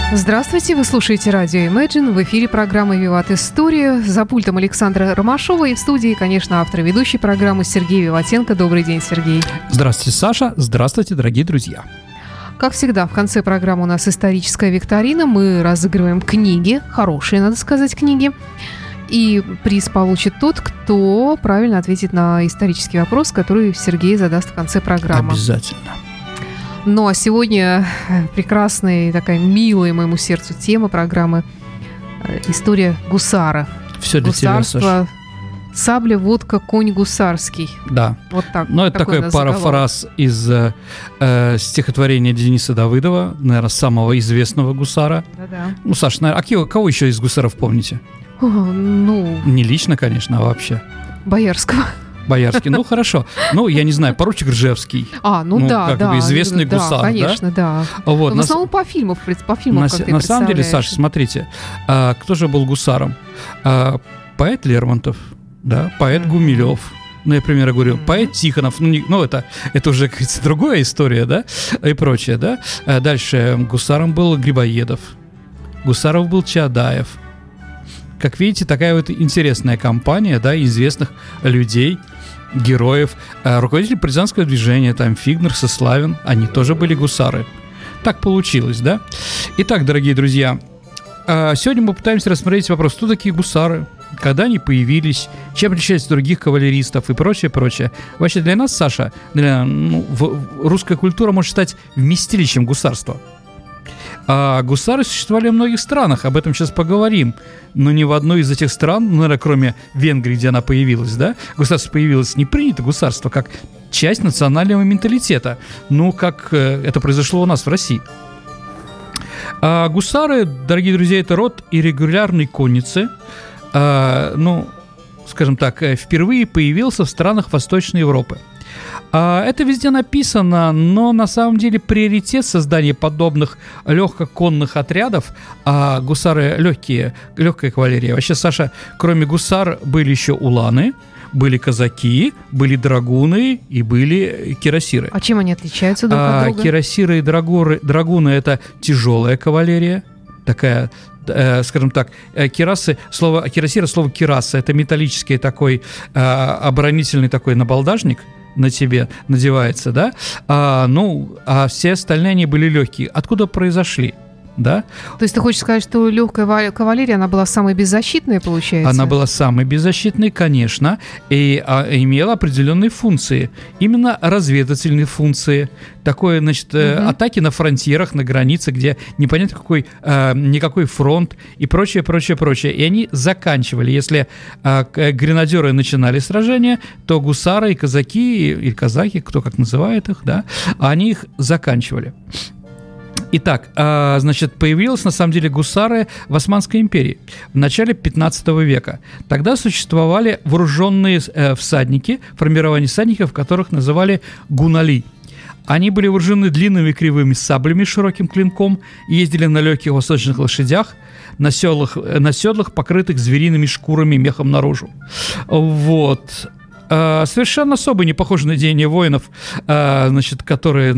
Здравствуйте, вы слушаете радио Imagine, в эфире программа «Виват История», за пультом Александра Ромашова и в студии, конечно, автор и ведущий программы Сергей Виватенко. Добрый день, Сергей. Здравствуйте, Саша. Здравствуйте, дорогие друзья. Как всегда, в конце программы у нас историческая викторина. Мы разыгрываем книги, хорошие, надо сказать, книги. И приз получит тот, кто правильно ответит на исторический вопрос, который Сергей задаст в конце программы. Обязательно. Ну, а сегодня прекрасная и такая милая моему сердцу тема программы «История гусара». Все для тебя, Саша. Сабля, водка, конь гусарский. Да. Вот так. Ну, это такой парафраз из стихотворения Дениса Давыдова, наверное, самого известного гусара. Да-да. Ну, Саша, наверное, кого еще из гусаров помните? Не лично, конечно, а вообще. Боярского. Боярский, ну хорошо. Ну, я не знаю, поручик Ржевский. Известный гусар, конечно, да. Вот, в основном по фильмам, как ты представляешь. На самом деле, Саша, смотрите, кто же был гусаром? Поэт Лермонтов, да, поэт Гумилев. Ну, я, например, говорю, поэт Тихонов. Это уже, как говорится, другая история, да, и прочее, да. Дальше гусаром был Грибоедов. Гусаров был Чаадаев. Как видите, такая вот интересная компания, да, известных людей, героев. Руководитель партизанского движения, там, Фигнер, Сославин, они тоже были гусары. Так получилось, да? Итак, дорогие друзья, сегодня мы пытаемся рассмотреть вопрос, кто такие гусары, когда они появились, чем отличаются от других кавалеристов и прочее, прочее. Вообще для нас, Саша, русская культура может стать вместилищем гусарства. А гусары существовали в многих странах, об этом сейчас поговорим. Но ни в одной из этих стран, наверное, кроме Венгрии, где она появилась, да, гусарство появилось, не принято гусарство как часть национального менталитета, как это произошло у нас в России. А гусары, дорогие друзья, это род иррегулярной конницы, скажем так, впервые появился в странах Восточной Европы. Это везде написано, но на самом деле приоритет создания подобных легкоконных отрядов, гусары легкая кавалерия. Вообще, Саша, кроме гусар были еще уланы, были казаки, были драгуны и были кирасиры. А чем они отличаются друг от друга? Кирасиры и драгуны – это тяжелая кавалерия, такая, скажем так, кирасира, слово кираса, это металлический такой оборонительный такой набалдажник, на тебе надевается, да, а все остальные они были легкие. Откуда произошли, да? То есть ты хочешь сказать, что легкая кавалерия, она была самой беззащитной, получается? Она была самой беззащитной, конечно, и имела определенные функции, именно разведывательные функции, такое, атаки на фронтирах, на границе, где непонятно никакой фронт и прочее, прочее, прочее. И они заканчивали. Если гренадеры начинали сражение, то гусары и казаки, или казаки, кто как называет их, да, они их заканчивали. Итак, появились на самом деле гусары в Османской империи в начале 15 века. Тогда существовали вооруженные всадники, формирование всадников, которых называли гунали. Они были вооружены длинными кривыми саблями с широким клинком, ездили на легких восточных лошадях, на седлах, покрытых звериными шкурами, мехом наружу. Вот. Совершенно особо не похожи на деяния воинов, которые,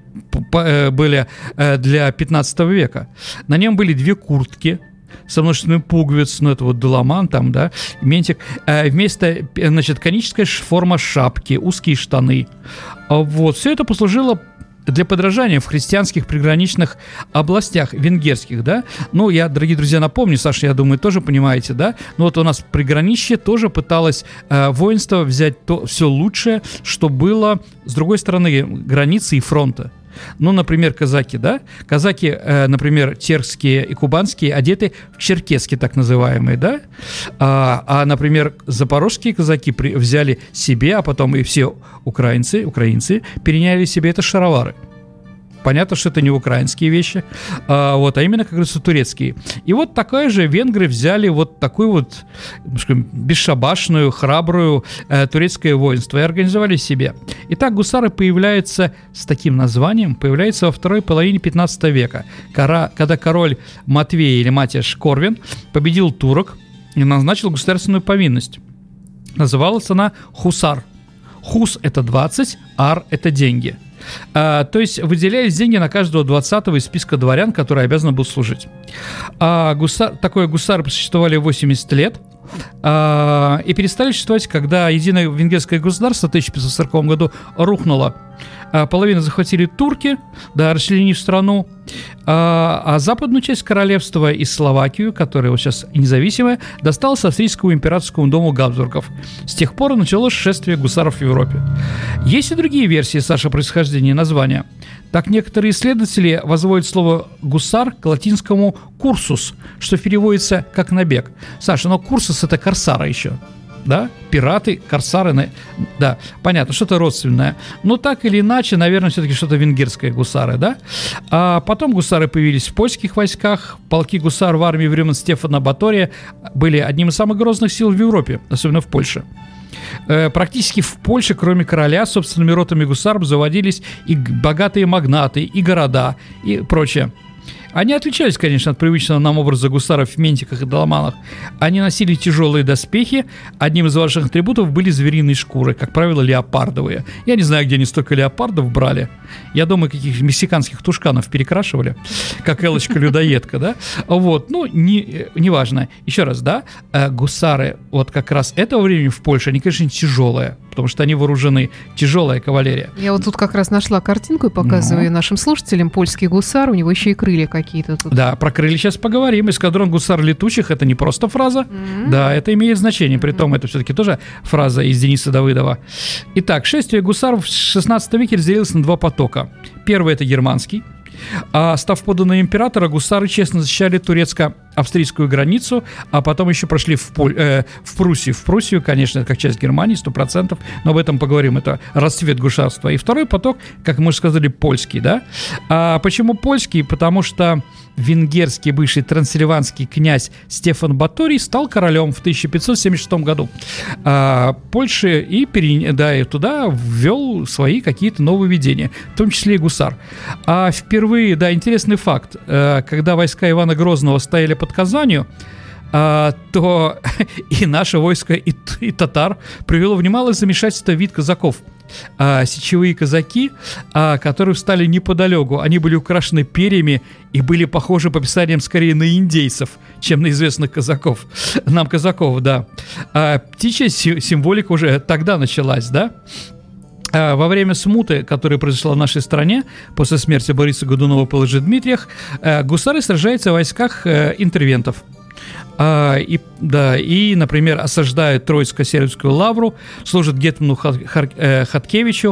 были для 15 века. На нем были две куртки со множеством пуговиц, это вот доломан там, да, ментик. Вместо, коническая форма шапки, узкие штаны. Вот, все это послужило для подражания в христианских приграничных областях венгерских, да. Я, дорогие друзья, напомню, Саша, я думаю, тоже понимаете, да. Вот у нас приграничье тоже пыталось воинство взять то все лучшее, что было с другой стороны границы и фронта. Например, казаки, да? Казаки, например, терские и кубанские одеты в черкески, так называемые, да? Например, запорожские казаки взяли себе, а потом и все украинцы переняли себе это шаровары. Понятно, что это не украинские вещи, а именно, как говорится, турецкие. И вот такая же венгры взяли вот такую вот, бесшабашную, храбрую турецкое воинство и организовали себе. Итак, гусары появляются с таким названием, появляются во второй половине 15 века, когда король Матвей или Матяш Корвин победил турок и назначил государственную повинность. Называлась она хусар. Хус – это 20, ар – это деньги. То есть выделялись деньги на каждого 20-го из списка дворян, который обязан был служить. Такое гусары просуществовали 80 лет. И перестали существовать, когда единое венгерское государство в 1540 году рухнуло. Половину захватили турки, да, расчленив страну, а западную часть королевства и Словакию, которая вот сейчас независимая, досталась австрийскому императорскому дому Габсбургов. С тех пор началось шествие гусаров в Европе. Есть и другие версии, Саша, происхождения названия. Так некоторые исследователи возводят слово «гусар» к латинскому «курсус», что переводится как «набег». Саша, но «курсус» — это корсара еще. Да, пираты, корсары, да, понятно, что-то родственное. Но так или иначе, наверное, все-таки что-то венгерское гусары, да. А потом гусары появились в польских войсках. Полки гусар в армии времен Стефана Батория были одним из самых грозных сил в Европе, особенно в Польше. Практически в Польше, кроме короля, собственными ротами гусар заводились и богатые магнаты, и города, и прочее. Они отличались, конечно, от привычного нам образа гусаров в ментиках и доломанах. Они носили тяжелые доспехи, одним из важных атрибутов были звериные шкуры, как правило, леопардовые. Я не знаю, где они столько леопардов брали. Я думаю, каких мексиканских тушканов перекрашивали, как Элочка-людоедка, да? Вот, ну, неважно. Еще раз, да, гусары вот как раз этого времени в Польше, они, конечно, тяжелые, потому что они вооружены, тяжелая кавалерия. Я вот тут как раз нашла картинку и показываю нашим слушателям. Польский гусар, у него еще и крылья какие-то тут. Да, про крылья сейчас поговорим. Эскадрон гусар летучих — это не просто фраза, да, это имеет значение, притом это все-таки тоже фраза из Дениса Давыдова. Итак, шествие гусаров в 16 веке разделилось на два потока. Первый — это германский. Став подданным императора, гусары честно защищали турецко-австрийскую границу, а потом еще прошли в Пруссию. В Пруссию, конечно, это как часть Германии, 100%, но об этом поговорим, это расцвет гусарства. И второй поток, как мы уже сказали, польский, да? Почему польский? Потому что венгерский бывший трансильванский князь Стефан Баторий стал королем в 1576 году Польши и туда ввел свои какие-то нововведения, в том числе и гусар. Впервые, да, интересный факт, когда войска Ивана Грозного стояли под Казанью, то и наше войско, и татар привело в немалое замешательство вид казаков. Сечевые казаки, которые встали неподалеку, они были украшены перьями и были похожи по описаниям скорее на индейцев, чем на известных казаков. Нам казаков, да. Птичья символика уже тогда началась, да. Во время смуты, которая произошла в нашей стране после смерти Бориса Годунова по Лжедмитриях, гусары сражаются в войсках интервентов. И, например, осаждают Троицко-Сергиевскую лавру, служат гетману Хаткевичу.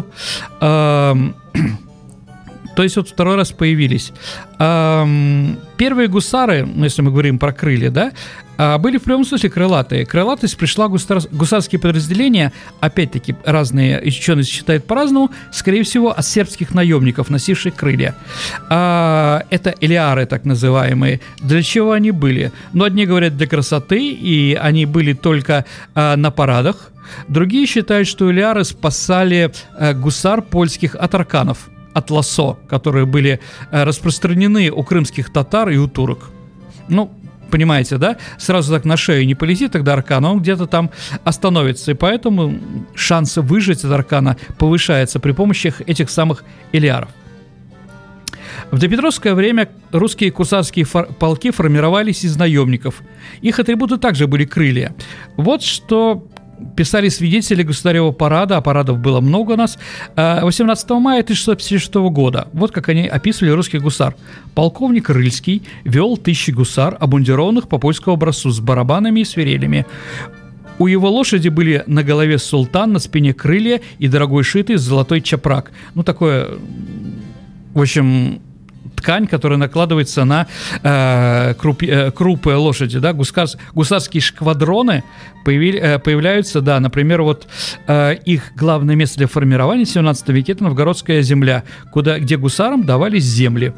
То есть вот второй раз появились. Первые гусары, если мы говорим про крылья, да, были в прямом смысле крылатые. Крылатость пришла гусарские подразделения, опять-таки разные ученые считают по-разному, скорее всего, от сербских наемников, носивших крылья. Это элиары, так называемые. Для чего они были? Ну, одни говорят для красоты, и они были только на парадах. Другие считают, что элиары спасали гусар польских от арканов, от лассо, которые были распространены у крымских татар и у турок. Ну, понимаете, да? Сразу так на шею не полетит тогда аркан, он где-то там остановится. И поэтому шанс выжить от аркана повышается при помощи этих самых элиаров. В допетровское время русские гусарские полки формировались из наемников. Их атрибуты также были крылья. Вот что писали свидетели государева парада, а парадов было много у нас, 18 мая 1656 года. Вот как они описывали русских гусар. Полковник Рыльский вел 1000 гусар, обмундированных по польскому образцу, с барабанами и свирелями. У его лошади были на голове султан, на спине крылья и дорогой шитый золотой чапрак. Ну, такое, в общем, ткань, которая накладывается на крупы лошади, да, гусарские шквадроны появляются, да, например, вот их главное место для формирования в 17 веке — это Новгородская земля, где гусарам давались земли.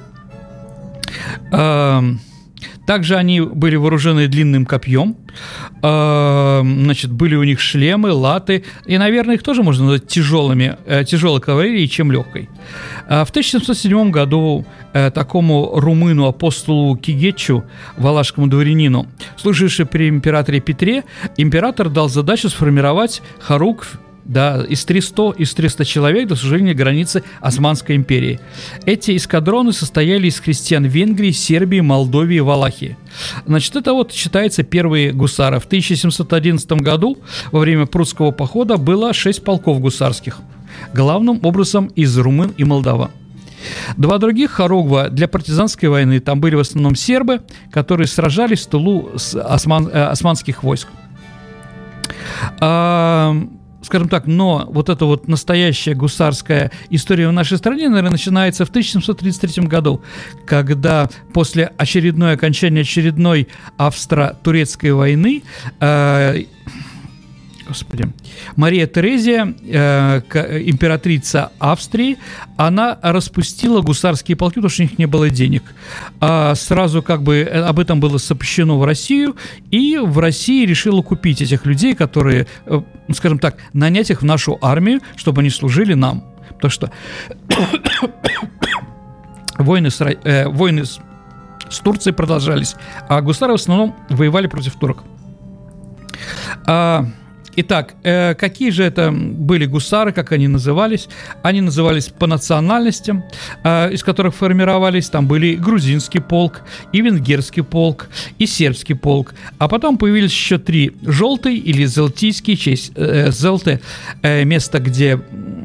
Также они были вооружены длинным копьем, значит, были у них шлемы, латы, и, наверное, их тоже можно назвать тяжелой кавалерией, чем легкой. В 1707 году такому румыну-апостолу Кигетчу, валашскому дворянину, служившему при императоре Петре, император дал задачу сформировать харук да, из 300 человек до сужения границы Османской империи. Эти эскадроны состояли из крестьян Венгрии, Сербии, Молдовии и Валахии. Значит, это вот считается первые гусары. В 1711 году во время прусского похода было 6 полков гусарских, главным образом из румын и молдаван. 2 других хоругва для партизанской войны, там были в основном сербы, которые сражались в тылу османских войск. Скажем так, но вот эта вот настоящая гусарская история в нашей стране, наверное, начинается в 1733 году, когда после окончания очередной австро-турецкой войны Мария Терезия, императрица Австрии, она распустила гусарские полки, потому что у них не было денег. Сразу как бы об этом было сообщено в Россию, и в России решила купить этих людей, которые, скажем так, нанять их в нашу армию, чтобы они служили нам. Потому что войны с Турцией продолжались, а гусары в основном воевали против турок. Итак, какие же это были гусары, как они назывались? Они назывались по национальностям, из которых формировались. Там были грузинский полк, и венгерский полк, и сербский полк. А потом появились еще 3: желтый или зелтийский, зелте, место, где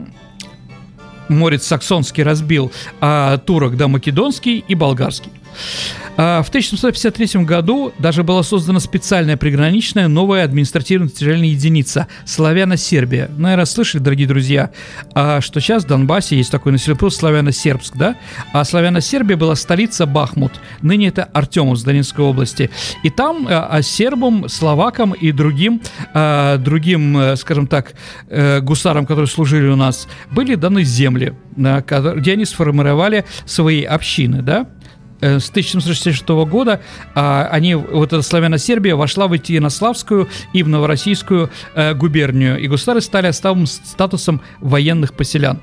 Морец Саксонский разбил турок, да, македонский и болгарский. В 1753 году даже была создана специальная приграничная новая административно-территориальная единица – Славяно-Сербия. Наверное, слышали, дорогие друзья, что сейчас в Донбассе есть такой населенный пункт Славяно-Сербск, да? А Славяно-Сербия была столица Бахмут, ныне это Артемовск Донецкой области. И там сербам, словакам и другим, скажем так, гусарам, которые служили у нас, были даны земли, где они сформировали свои общины, да? С 1766 года вот эта Славяно-Сербия вошла в Екатеринославскую и в Новороссийскую губернию, и гусары стали статусом военных поселян.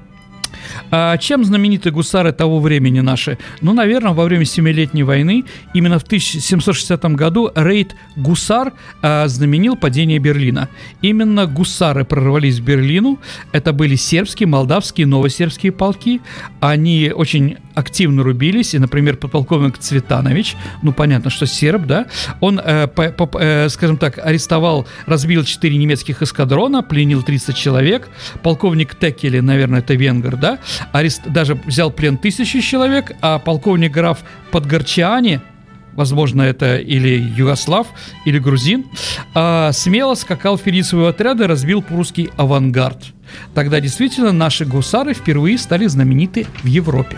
Чем знамениты гусары того времени наши? Ну, наверное, во время Семилетней войны, именно в 1760 году рейд «Гусар» знаменил падение Берлина. Именно гусары прорвались в Берлину. Это были сербские, молдавские, новосербские полки. Они очень активно рубились, и, например, подполковник Цветанович, ну, понятно, что серб, да, он, скажем так, разбил 4 немецких эскадрона, пленил 30 человек. Полковник Текели, наверное, это венгр, да, даже взял плен 1000 человек, а полковник граф Подгорчиани, возможно, это или югослав, или грузин, смело скакал впереди своего отряда и разбил прусский авангард. Тогда действительно наши гусары впервые стали знамениты в Европе.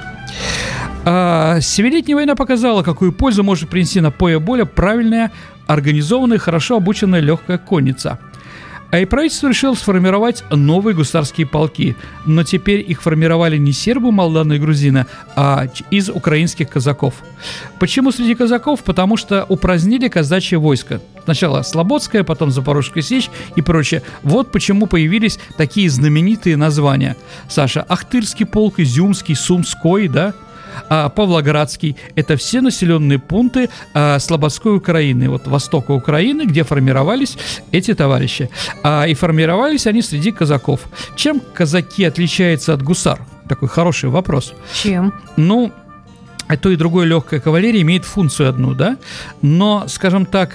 Семилетняя война показала, какую пользу может принести на поле боя правильная, организованная, хорошо обученная легкая конница. И правительство решило сформировать новые гусарские полки, но теперь их формировали не сербы, молдаваны и грузины, а из украинских казаков. Почему среди казаков? Потому что упразднили казачье войско. Сначала Слободская, потом Запорожская сечь и прочее. Вот почему появились такие знаменитые названия. Саша, Ахтырский полк, Изюмский, Сумской, да? Павлоградский. Это все населенные пункты Слободской Украины, вот востока Украины, где формировались эти товарищи. И формировались они среди казаков. Чем казаки отличаются от гусар? Такой хороший вопрос. Чем? Ну, то и другое легкая кавалерия имеет функцию одну, да? Но, скажем так,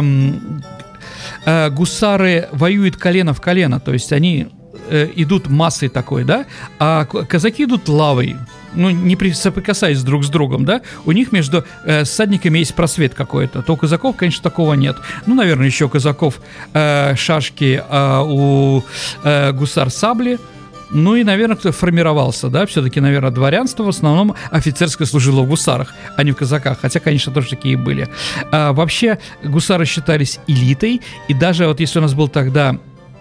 гусары воюют колено в колено, то есть они идут массой такой, да? А казаки идут лавой. Ну, не соприкасаясь друг с другом, да, у них между всадниками есть просвет какой-то. То у казаков, конечно, такого нет. Ну, наверное, еще у казаков шашки, у гусар сабли. Ну и, наверное, кто формировался, да, все-таки, наверное, дворянство в основном офицерское служило в гусарах, а не в казаках, хотя, конечно, тоже такие были. Вообще, гусары считались элитой, и даже вот если у нас был тогда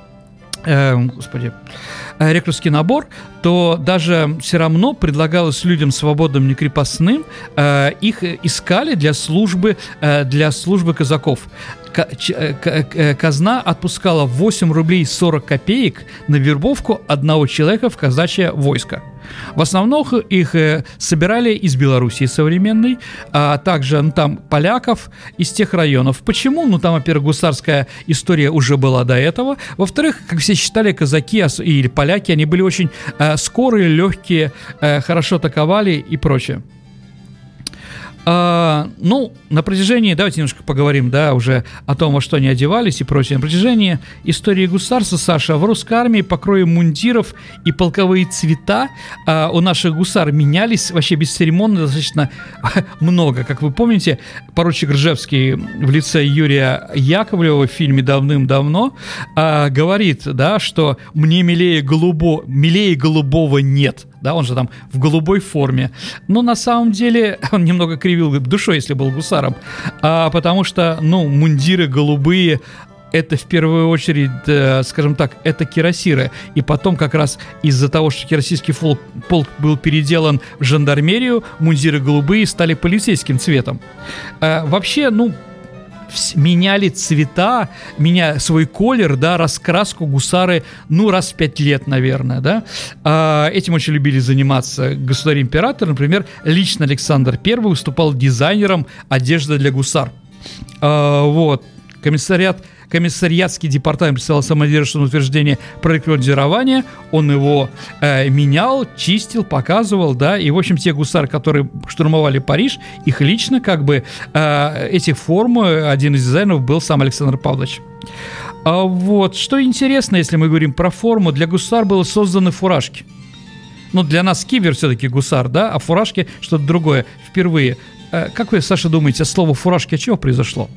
рекрутский набор, то даже все равно предлагалось людям свободным, не крепостным, их искали для службы казаков. Казна отпускала 8 рублей 40 копеек на вербовку одного человека в казачье войско. В основном их собирали из Белоруссии современной, а также там поляков из тех районов. Почему? Ну, там, во-первых, гусарская история уже была до этого. Во-вторых, как все считали, казаки или поляки, они были очень скорые, легкие, хорошо атаковали и прочее. Ну, на протяжении, давайте немножко поговорим, да, уже о том, во что они одевались и прочее. На протяжении истории гусарства, Саша, в русской армии покрои мундиров и полковые цвета у наших гусар менялись вообще бесцеремонно достаточно много. Как вы помните, поручик Ржевский в лице Юрия Яковлева в фильме «Давным-давно» говорит, да, что «мне милее голубого нет». Да, он же там в голубой форме. Но на самом деле он немного кривил душой, если был гусаром. Потому что, ну, мундиры голубые — это в первую очередь, скажем так, это кирасиры. И потом как раз из-за того, что кирасирский полк был переделан в жандармерию, мундиры голубые стали полицейским цветом. Вообще, ну, меняли цвета, меняя свой колер, да, раскраску гусары, ну, раз в 5 лет, наверное, да. Этим очень любили заниматься государь-император. Например, лично Александр I выступал дизайнером одежды для гусар. Вот. Комиссариатский департамент присылал самодержавное утверждение про реквизирование, он его менял, чистил, показывал, да, и, в общем, те гусары, которые штурмовали Париж, их лично, как бы, эти формы, один из дизайнеров был сам Александр Павлович. Вот, что интересно, если мы говорим про форму, для гусар были созданы фуражки. Ну, для нас кивер все-таки гусар, да, а фуражки что-то другое, впервые. Как вы, Саша, думаете, слово фуражки от чего произошло?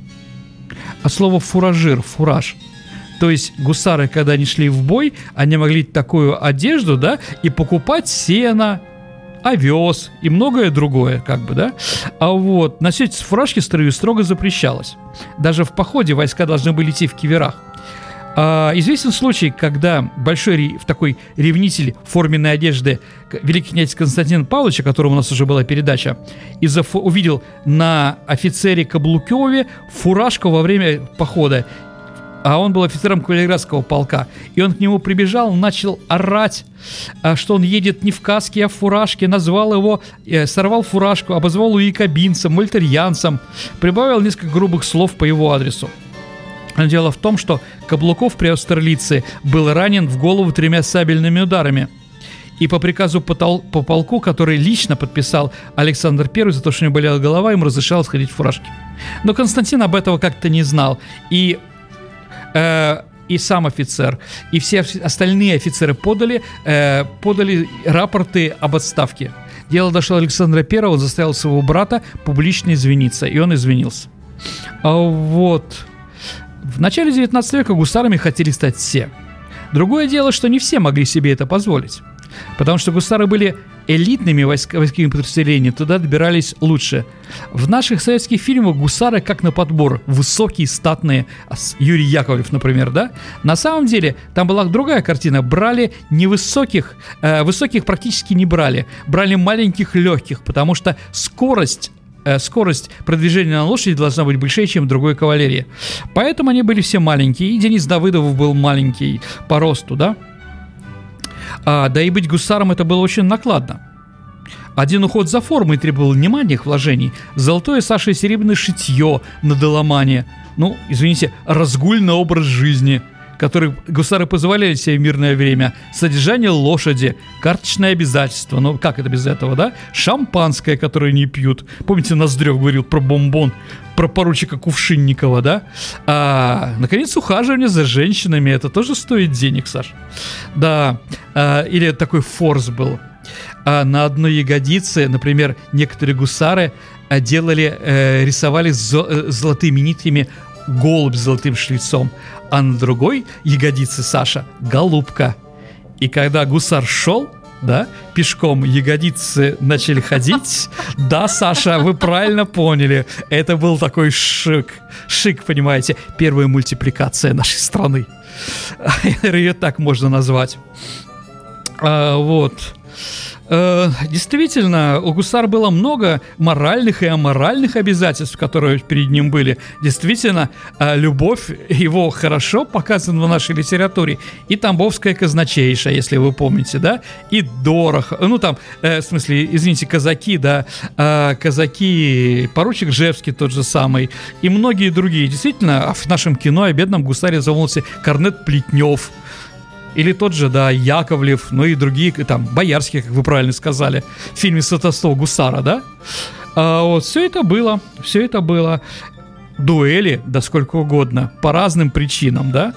От слова фуражир, фураж. То есть гусары, когда они шли в бой, они могли такую одежду, да, и покупать сено, овес и многое другое, как бы, да. А вот носить фуражки строго запрещалось. Даже в походе войска должны были идти в киверах. Известен случай, когда большой такой ревнитель форменной одежды великий князь Константин Павлович, о котором у нас уже была передача, увидел на офицере Каблукове фуражку во время похода. А он был офицером кавалергардского полка. И он к нему прибежал, начал орать, что он едет не в каске, а в фуражке. Назвал его, сорвал фуражку, обозвал его якобинцем, мольтерьянцем. Прибавил несколько грубых слов по его адресу. Дело в том, что Каблуков при Аустерлице был ранен в голову 3 сабельными ударами. И по приказу по полку, который лично подписал Александр I за то, что у него болела голова, ему разрешалось ходить в фуражке. Но Константин об этом как-то не знал. И сам офицер, и все остальные офицеры подали рапорты об отставке. Дело дошло до Александра I, он заставил своего брата публично извиниться, и он извинился. Вот. В начале 19 века гусарами хотели стать все. Другое дело, что не все могли себе это позволить. Потому что гусары были элитными войсковыми подразделениями, туда добирались лучше. В наших советских фильмах гусары как на подбор. Высокие, статные. Юрий Яковлев, например, да? На самом деле, там была другая картина. Брали невысоких, высоких практически не брали. Брали маленьких, легких, потому что скорость продвижения на лошади должна быть больше, чем в другой кавалерии. Поэтому они были все маленькие. И Денис Давыдов был маленький по росту, да? Да и быть гусаром это было очень накладно. Один уход за формой требовал немалых вложений. Золотое, Саша, и серебряное шитье на доломане. Ну, извините, разгульный образ жизни, который гусары позволяли себе в мирное время. Содержание лошади, карточные обязательства. Ну, как это без этого, да? Шампанское, которое не пьют. Помните, Ноздрев говорил про бомбон, про поручика Кувшинникова, да? Наконец, ухаживание за женщинами. Это тоже стоит денег, Саш. Да. Или такой форс был. На одной ягодице, например, некоторые гусары рисовали золотыми нитками голубь с золотым шлицом, а на другой ягодице, Саша, голубка. И когда гусар шел, да, пешком, ягодицы начали ходить. Да, Саша, вы правильно поняли. Это был такой шик, понимаете, первая мультипликация нашей страны. Ее так можно назвать. Вот. действительно, у гусар было много моральных и аморальных обязательств, которые перед ним были. Действительно, любовь его хорошо показана в нашей литературе. И Тамбовская казначейша, если вы помните, да, и Дорох, в смысле, извините, казаки, да, казаки, поручик Жевский тот же самый, и многие другие. Действительно, в нашем кино о бедном гусаре заволновался Корнет Плетнев. Или тот же, да, Яковлев, ну и другие, там, Боярские, как вы правильно сказали, в фильме «Сватовство гусара», да? Вот, все это было. Дуэли, да сколько угодно, по разным причинам, да?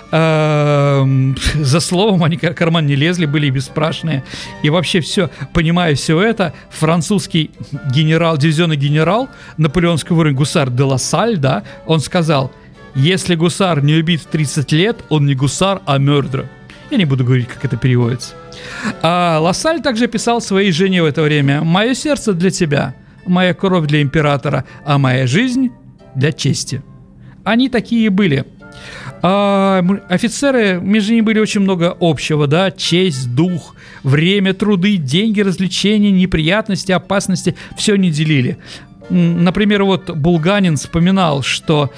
За словом они в карман не лезли, были бесстрашные. И вообще все, понимая все это, французский генерал, дивизионный генерал наполеонского уровня гусар де Лассаль, да, он сказал: если гусар не убит в 30 лет, он не гусар, а мёрдер. Я не буду говорить, как это переводится. Лассаль также писал своей жене в это время: «Мое сердце для тебя, моя кровь для императора, а моя жизнь для чести». Они такие были. Офицеры, между ними были очень много общего, да, честь, дух, время, труды, деньги, развлечения, неприятности, опасности, все они делили. Например, вот Булганин вспоминал, что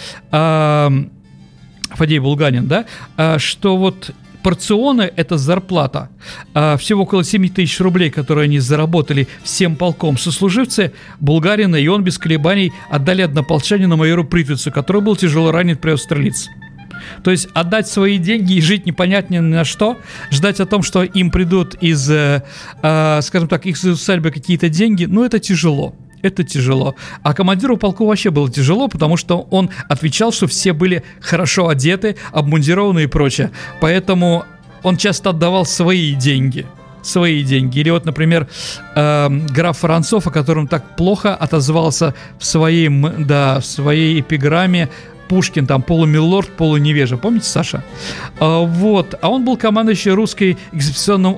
Фадей Булганин, да, что вот порционы – это зарплата. Всего около 7 тысяч рублей, которые они заработали всем полком. Сослуживцы Булгарина и он без колебаний отдали однополчанину майору Притвицу, который был тяжело ранен при Аустерлице. То есть отдать свои деньги и жить непонятно ни на что, ждать о том, что им придут из, скажем так, их усадьбы какие-то деньги, ну это тяжело. Это тяжело. А командиру полку вообще было тяжело, потому что он отвечал, что все были хорошо одеты, обмундированы и прочее. Поэтому он часто отдавал свои деньги. Или вот, например, граф Воронцов, о котором так плохо отозвался в своей эпиграмме Пушкин, там, полумилорд, полуневежа. Помните, Саша? Вот. А он был командующий русской экспедиционным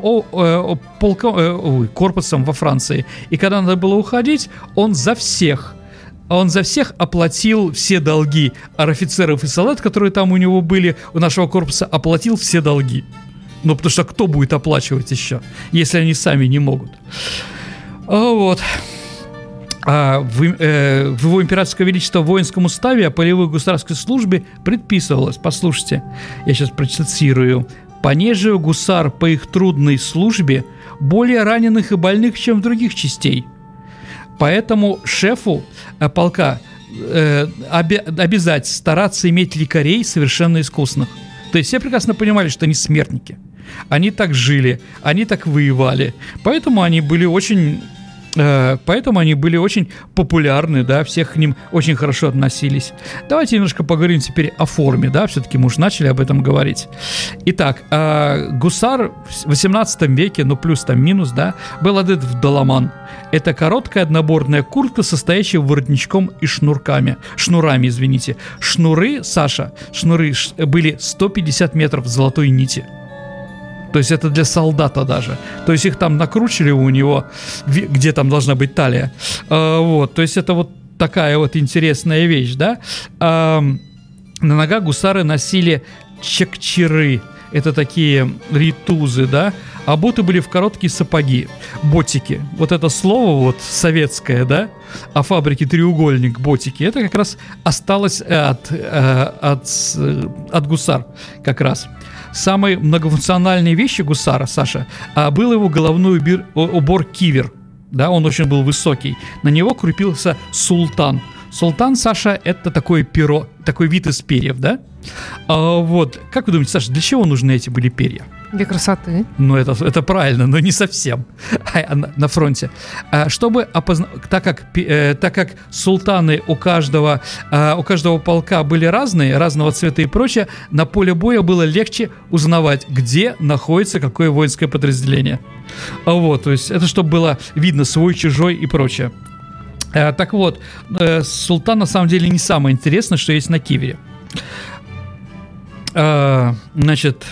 корпусом во Франции. И когда надо было уходить, он за всех оплатил все долги. А офицеров и солдат, которые там у него были, у нашего корпуса, оплатил все долги. Ну, потому что кто будет оплачивать еще, если они сами не могут? Вот. В его императорское величество в воинском уставе о полевой гусарской службе предписывалось, послушайте, я сейчас процитирую: «Понеже гусар по их трудной службе более раненых и больных, чем в других частей. Поэтому шефу полка обязать стараться иметь лекарей совершенно искусных». То есть все прекрасно понимали, что они смертники. Они так жили, они так воевали. Поэтому они были очень популярны, да, всех к ним очень хорошо относились. Давайте немножко поговорим теперь о форме, да, все-таки мы уже начали об этом говорить. Итак, гусар в 18 веке, ну плюс там минус, да, был одет в доломан. Это короткая одноборная куртка, состоящая воротничком и шнурами. Шнуры, Саша, были 150 метров золотой нити. То есть это для солдата даже. То есть их там накручивали у него, где там должна быть талия. Вот, то есть это вот такая вот интересная вещь, да. На ногах гусары носили чекчеры. Это такие ритузы, да. Обуты были в короткие сапоги, ботики. Вот это слово вот советское, да, о фабрике «Треугольник», ботики, это как раз осталось от гусар как раз. Самой многофункциональной вещью гусара, Саша, был его головной убор кивер. Да, он очень был высокий. На него крепился султан. Султан, Саша, это такое перо, такой вид из перьев, да? Вот, как вы думаете, Саша, для чего нужны эти были перья? Для красоты. Ну, это правильно, но не совсем на фронте. Чтобы так как султаны у каждого полка были разные, разного цвета и прочее, на поле боя было легче узнавать, где находится какое воинское подразделение. Вот, то есть это чтобы было видно свой, чужой и прочее. Так вот, султан на самом деле не самое интересное, что есть на кивере. Значит,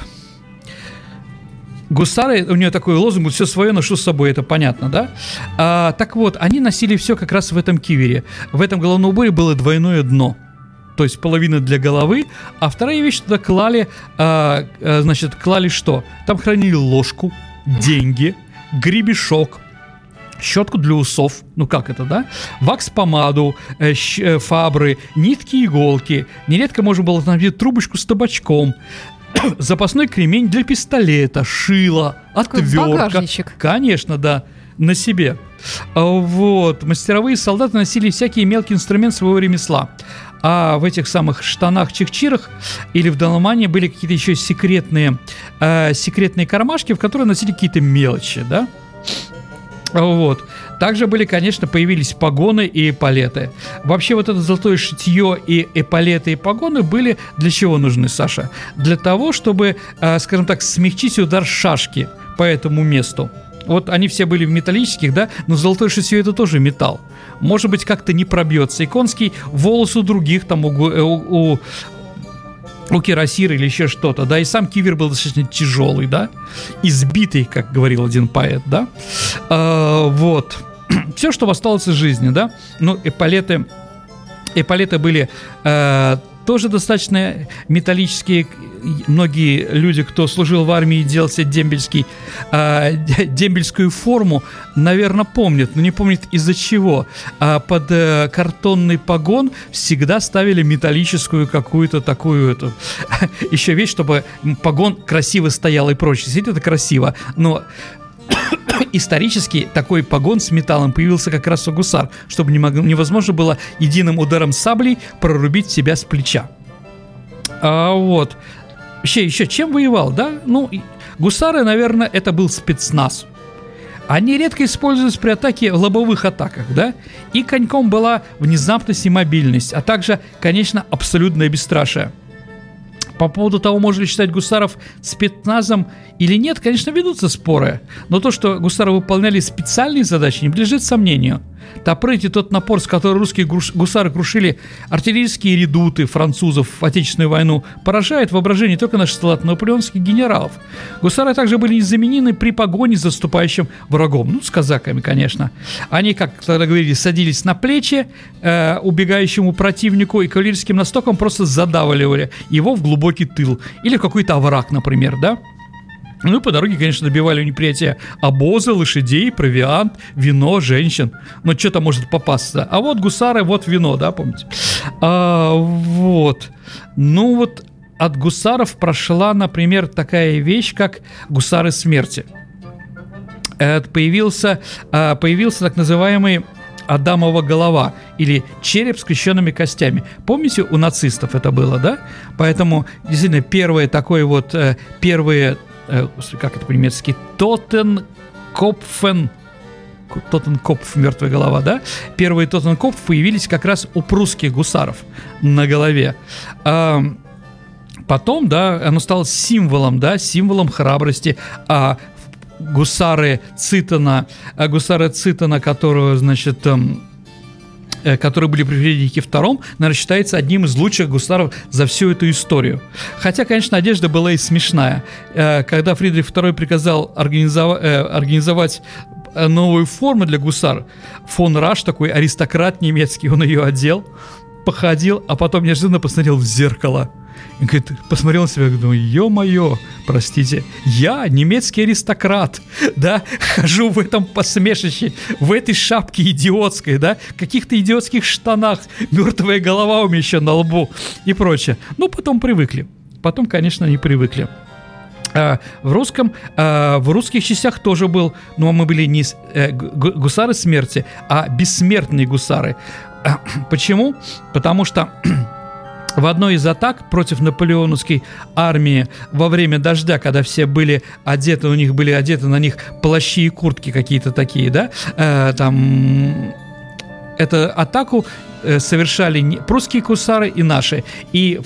гусары, у нее такой лозунг: все свое ношу с собой, это понятно, да? Так вот, они носили все как раз в этом кивере. В этом головном уборе было двойное дно. То есть половина для головы, а вторая вещь туда клали, клали что? Там хранили ложку, деньги, гребешок, щетку для усов, ну как это, да? Вакс-помаду, фабры, нитки, иголки. Нередко можно было найти трубочку с табачком, запасной кремень для пистолета, шило, отвертка. Конечно, да, на себе. Вот. Мастеровые солдаты носили всякие мелкие инструменты своего ремесла. А в этих самых штанах-чекчирах или в доломане были какие-то еще секретные кармашки, в которые носили какие-то мелочи, да? Вот. Также были, конечно, появились погоны и эполеты. Вообще вот это золотое шитье и эполеты и погоны были для чего нужны, Саша? Для того, чтобы, скажем так, смягчить удар шашки по этому месту. Вот они все были в металлических, да, но золотое шитье — это тоже металл. Может быть, как-то не пробьется. И конский волос у других, там у кирасира или еще что-то, да, и сам кивер был достаточно тяжелый, да, избитый, как говорил один поэт, да, вот, все, что осталось из жизни, да, ну, эполеты были тоже достаточно металлические. Многие люди, кто служил в армии и делал себе дембельскую форму, наверное, помнят, но не помнят из-за чего. Под картонный погон всегда ставили металлическую какую-то такую еще вещь, чтобы погон красиво стоял и прочее. Действительно, это красиво, но исторически такой погон с металлом появился как раз у гусар, чтобы невозможно было единым ударом саблей прорубить себя с плеча. Вот. Еще чем воевал, да? Ну, гусары, наверное, это был спецназ. Они редко используются при атаке в лобовых атаках, да? И коньком была внезапность и мобильность, а также, конечно, абсолютное бесстрашие. По поводу того, можно ли считать гусаров спецназом или нет, конечно, ведутся споры. Но то, что гусары выполняли специальные задачи, не подлежит сомнению. Топры и тот напор, с которым русские гусары крушили артиллерийские редуты французов в Отечественную войну, поражает воображение только наших солдат наполеонских генералов. Гусары также были незаменимы при погоне за наступающим врагом. Ну, с казаками, конечно. Они, как тогда говорили, садились на плечи убегающему противнику и кавалерийским настоком просто задавливали его в глубокий тыл. Или в какой-то овраг, например, да? Ну и по дороге, конечно, добивали у неприятия обозы, лошадей, провиант, вино, женщин. Но что-то может попасться. А вот гусары, вот вино, да, помните? Вот. Ну вот от гусаров прошла, например, такая вещь, как гусары смерти. Появился так называемый Адамова голова или череп с скрещенными костями. Помните, у нацистов это было, да? Поэтому, действительно, как это по-немецки, Тотенкопф, мертвая голова, да? Первые Тотенкопф появились как раз у прусских гусаров на голове. Потом, да, оно стало символом, да, символом храбрости. Гусары Цитана, которые были при Фридрихе II, наверное, считается одним из лучших гусаров за всю эту историю. Хотя, конечно, одежда была и смешная. Когда Фридрих II приказал организовать новую форму для гусар, фон Раш, такой аристократ немецкий, он ее одел, походил, а потом неожиданно посмотрел в зеркало. И говорит, посмотрел на себя и говорит, ё-моё, простите, я немецкий аристократ, да, хожу в этом посмешище, в этой шапке идиотской, да, каких-то идиотских штанах, мертвая голова у меня еще на лбу и прочее. Ну, потом привыкли, потом, конечно, не привыкли. В русских частях тоже был, но мы были не гусары смерти, а бессмертные гусары. Почему? Потому что в одной из атак против наполеоновской армии во время дождя, когда все были одеты, у них были одеты на них плащи и куртки какие-то такие, да, эту атаку совершали прусские гусары и наши. И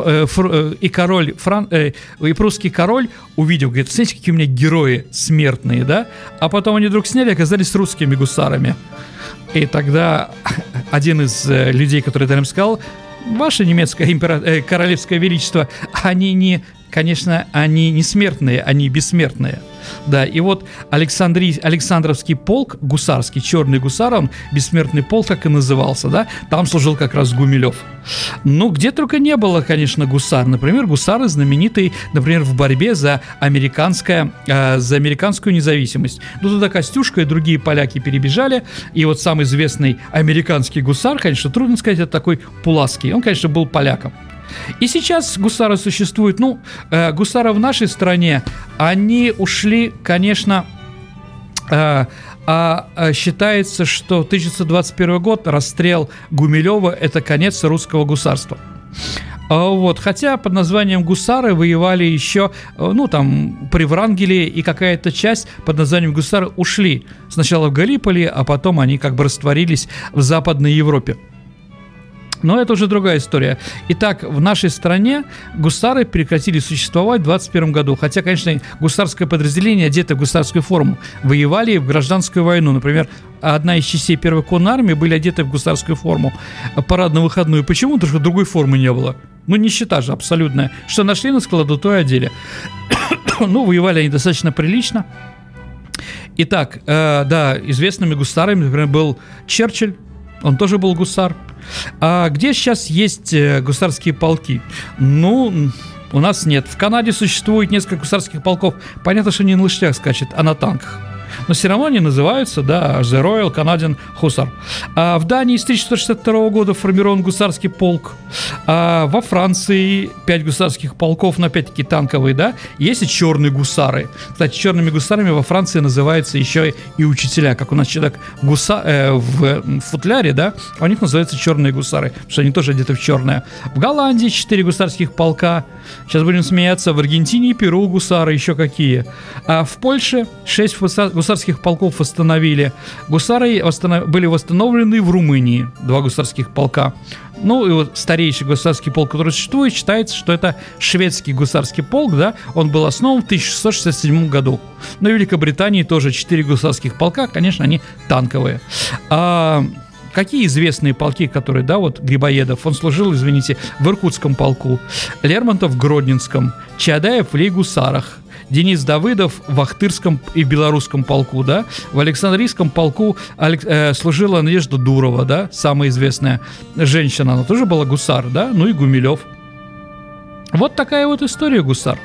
прусский король увидел, говорит, смотрите, какие у меня герои смертные, да, а потом они вдруг сняли и оказались русскими гусарами. И тогда один из людей, который рядом сказал, ваше немецкое королевское величество, они не конечно, они не смертные, они бессмертные. Да, и вот Александровский полк гусарский, черный гусар, он бессмертный полк, так и назывался, да, там служил как раз Гумилев. Ну, где только не было, конечно, гусар. Например, гусары знаменитые, например, в борьбе за американскую независимость. Ну, туда Костюшка и другие поляки перебежали, и вот самый известный американский гусар, конечно, трудно сказать, это такой Пулавский, он, конечно, был поляком. И сейчас гусары существуют. Ну, гусары в нашей стране, они ушли, конечно, считается, что 1921 год, расстрел Гумилева, это конец русского гусарства. Вот, хотя под названием гусары воевали еще, ну, там, при Врангеле, и какая-то часть под названием гусары ушли. Сначала в Галиполи, а потом они как бы растворились в Западной Европе. Но это уже другая история. Итак, в нашей стране гусары прекратили существовать в 21 году. Хотя, конечно, гусарское подразделение, одетое в гусарскую форму, воевали в гражданскую войну. Например, одна из частей первой конной армии были одеты в гусарскую форму парадно-выходную. Почему? Потому что другой формы не было. Ну, нищета же абсолютная. Что нашли на складу, то и одели. Ну, воевали они достаточно прилично. Итак, да, известными гусарами, например, был Черчилль. Он тоже был гусар. А где сейчас есть гусарские полки? Ну, у нас нет. В Канаде существует несколько гусарских полков. Понятно, что не на лошадях скачет, а на танках. Но все равно они называются, да, The Royal Canadian Hussar. А в Дании с 1962 года формирован гусарский полк. А во Франции 5 гусарских полков, но опять-таки танковые, да. Есть и черные гусары. Кстати, черными гусарами во Франции называются еще и учителя. Как у нас человек в футляре, да, а у них называются черные гусары, потому что они тоже одеты в черное. В Голландии 4 гусарских полка. Сейчас будем смеяться. В Аргентине и Перу гусары, еще какие. А в Польше 6 гусарских полков восстановили. Гусары были восстановлены в Румынии. 2 гусарских полка. Ну и вот старейший гусарский полк, который существует, считается, что это шведский гусарский полк, да, он был основан в 1667 году. Но в Великобритании тоже 4 гусарских полка, конечно, они танковые. Какие известные полки, которые, да, вот Грибоедов, он служил, извините, в Иркутском полку, Лермонтов в Гродненском, Чаадаев в Лейгусарах, Денис Давыдов в Ахтырском и Белорусском полку, да, в Александрийском полку служила Надежда Дурова, да, самая известная женщина, она тоже была гусар, да, ну и Гумилев. Вот такая вот история гусар.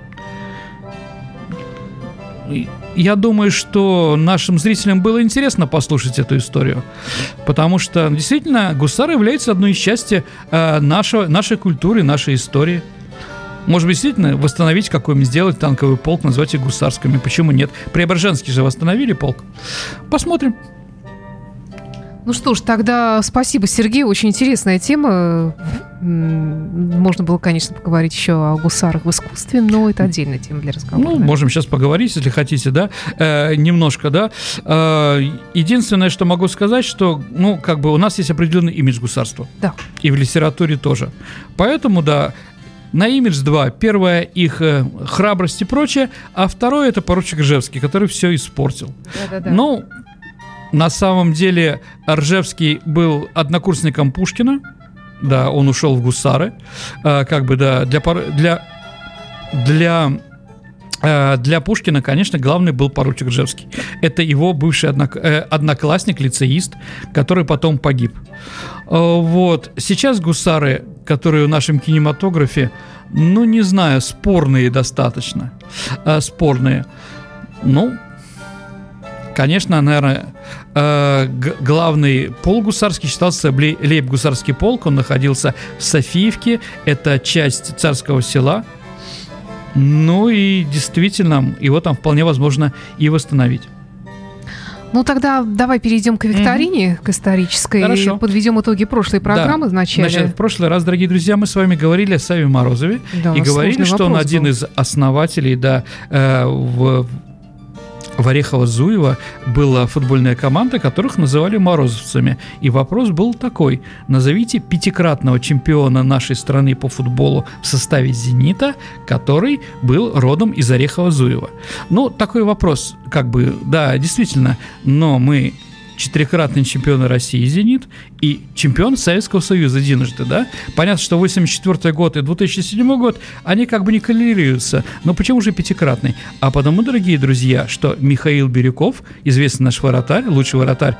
Я думаю, что нашим зрителям было интересно послушать эту историю, потому что действительно гусары являются одной из части нашей культуры, нашей истории. Может быть, действительно восстановить какой-нибудь, сделать танковый полк, назвать их гусарскими. Почему нет? Преображенский же восстановили полк. Посмотрим. Ну что ж, тогда спасибо, Сергей. Очень интересная тема. Можно было, конечно, поговорить еще о гусарах в искусстве, но это отдельная тема для разговора. Ну, можем сейчас поговорить, если хотите, да, немножко, да. Единственное, что могу сказать, что, ну, как бы у нас есть определенный имидж гусарства. Да. И в литературе тоже. Поэтому, да, на имидж 2. Первое их храбрость и прочее, а второе это поручик Ржевский, который все испортил. Да-да-да. Ну, на самом деле Ржевский был однокурсником Пушкина. Да, он ушел в гусары. Как бы, да, для Пушкина, конечно, главный был поручик Ржевский. Это его бывший одноклассник, лицеист, который потом погиб. Вот. Сейчас гусары, которые в нашем кинематографе, ну, не знаю, спорные достаточно. Спорные. Ну, конечно, наверное, главный полк гусарский считался лейб-гусарский полк. Он находился в Софиевке. Это часть Царского Села. Ну и действительно, его там вполне возможно и восстановить. Ну тогда давай перейдем к викторине, к исторической. Хорошо. И подведем итоги прошлой программы вначале. Значит, в прошлый раз, дорогие друзья, мы с вами говорили о Савве Морозове. Да, и говорили, что он один из основателей, да, в Орехово-Зуево была футбольная команда, которых называли морозовцами. И вопрос был такой: назовите 5-кратного чемпиона нашей страны по футболу в составе «Зенита», который был родом из Орехово-Зуева. Ну, такой вопрос, как бы, да, действительно, но мы 4-кратный чемпион России «Зенит» и чемпион Советского Союза единожды, да? Понятно, что 1984 год и 2007 год, они как бы не коррелируются, но почему же 5-кратный? А потому, дорогие друзья, что Михаил Бирюков, известный наш вратарь, лучший вратарь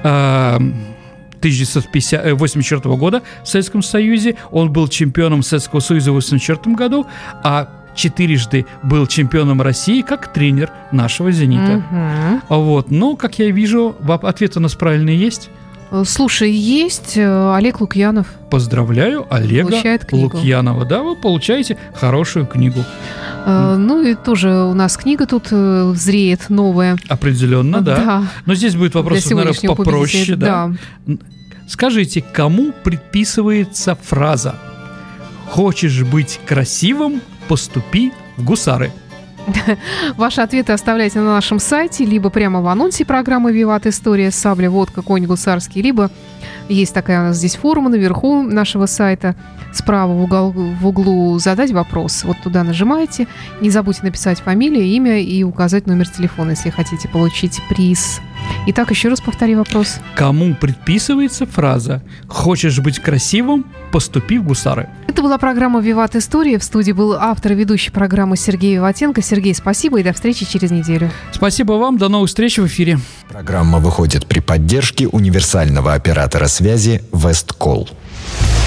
1984 года в Советском Союзе, он был чемпионом Советского Союза в 1984 году, а 4-жды был чемпионом России как тренер нашего «Зенита». Вот. Но, как я вижу, ответ у нас правильный есть. Слушай, есть Олег Лукьянов. Поздравляю Олега Лукьянова. Да, вы получаете хорошую книгу. Ну и тоже у нас книга тут зреет новая. Определенно, да. Но здесь будет вопрос, наверное, попроще. Да. Скажите, кому предписывается фраза «Хочешь быть красивым? Поступи в гусары». Ваши ответы оставляйте на нашем сайте, либо прямо в анонсе программы «Виват История», сабля, водка, конь гусарский, либо есть такая у нас здесь форма наверху нашего сайта, справа в углу «Задать вопрос». Вот туда нажимаете, не забудьте написать фамилию, имя и указать номер телефона, если хотите получить приз. Итак, еще раз повтори вопрос. Кому предписывается фраза «Хочешь быть красивым? Поступи в гусары». Это была программа «Виват История». В студии был автор и ведущий программы Сергей Виватенко. Сергей, спасибо и до встречи через неделю. Спасибо вам, до новых встреч в эфире. Программа выходит при поддержке универсального оператора связи «Весткол».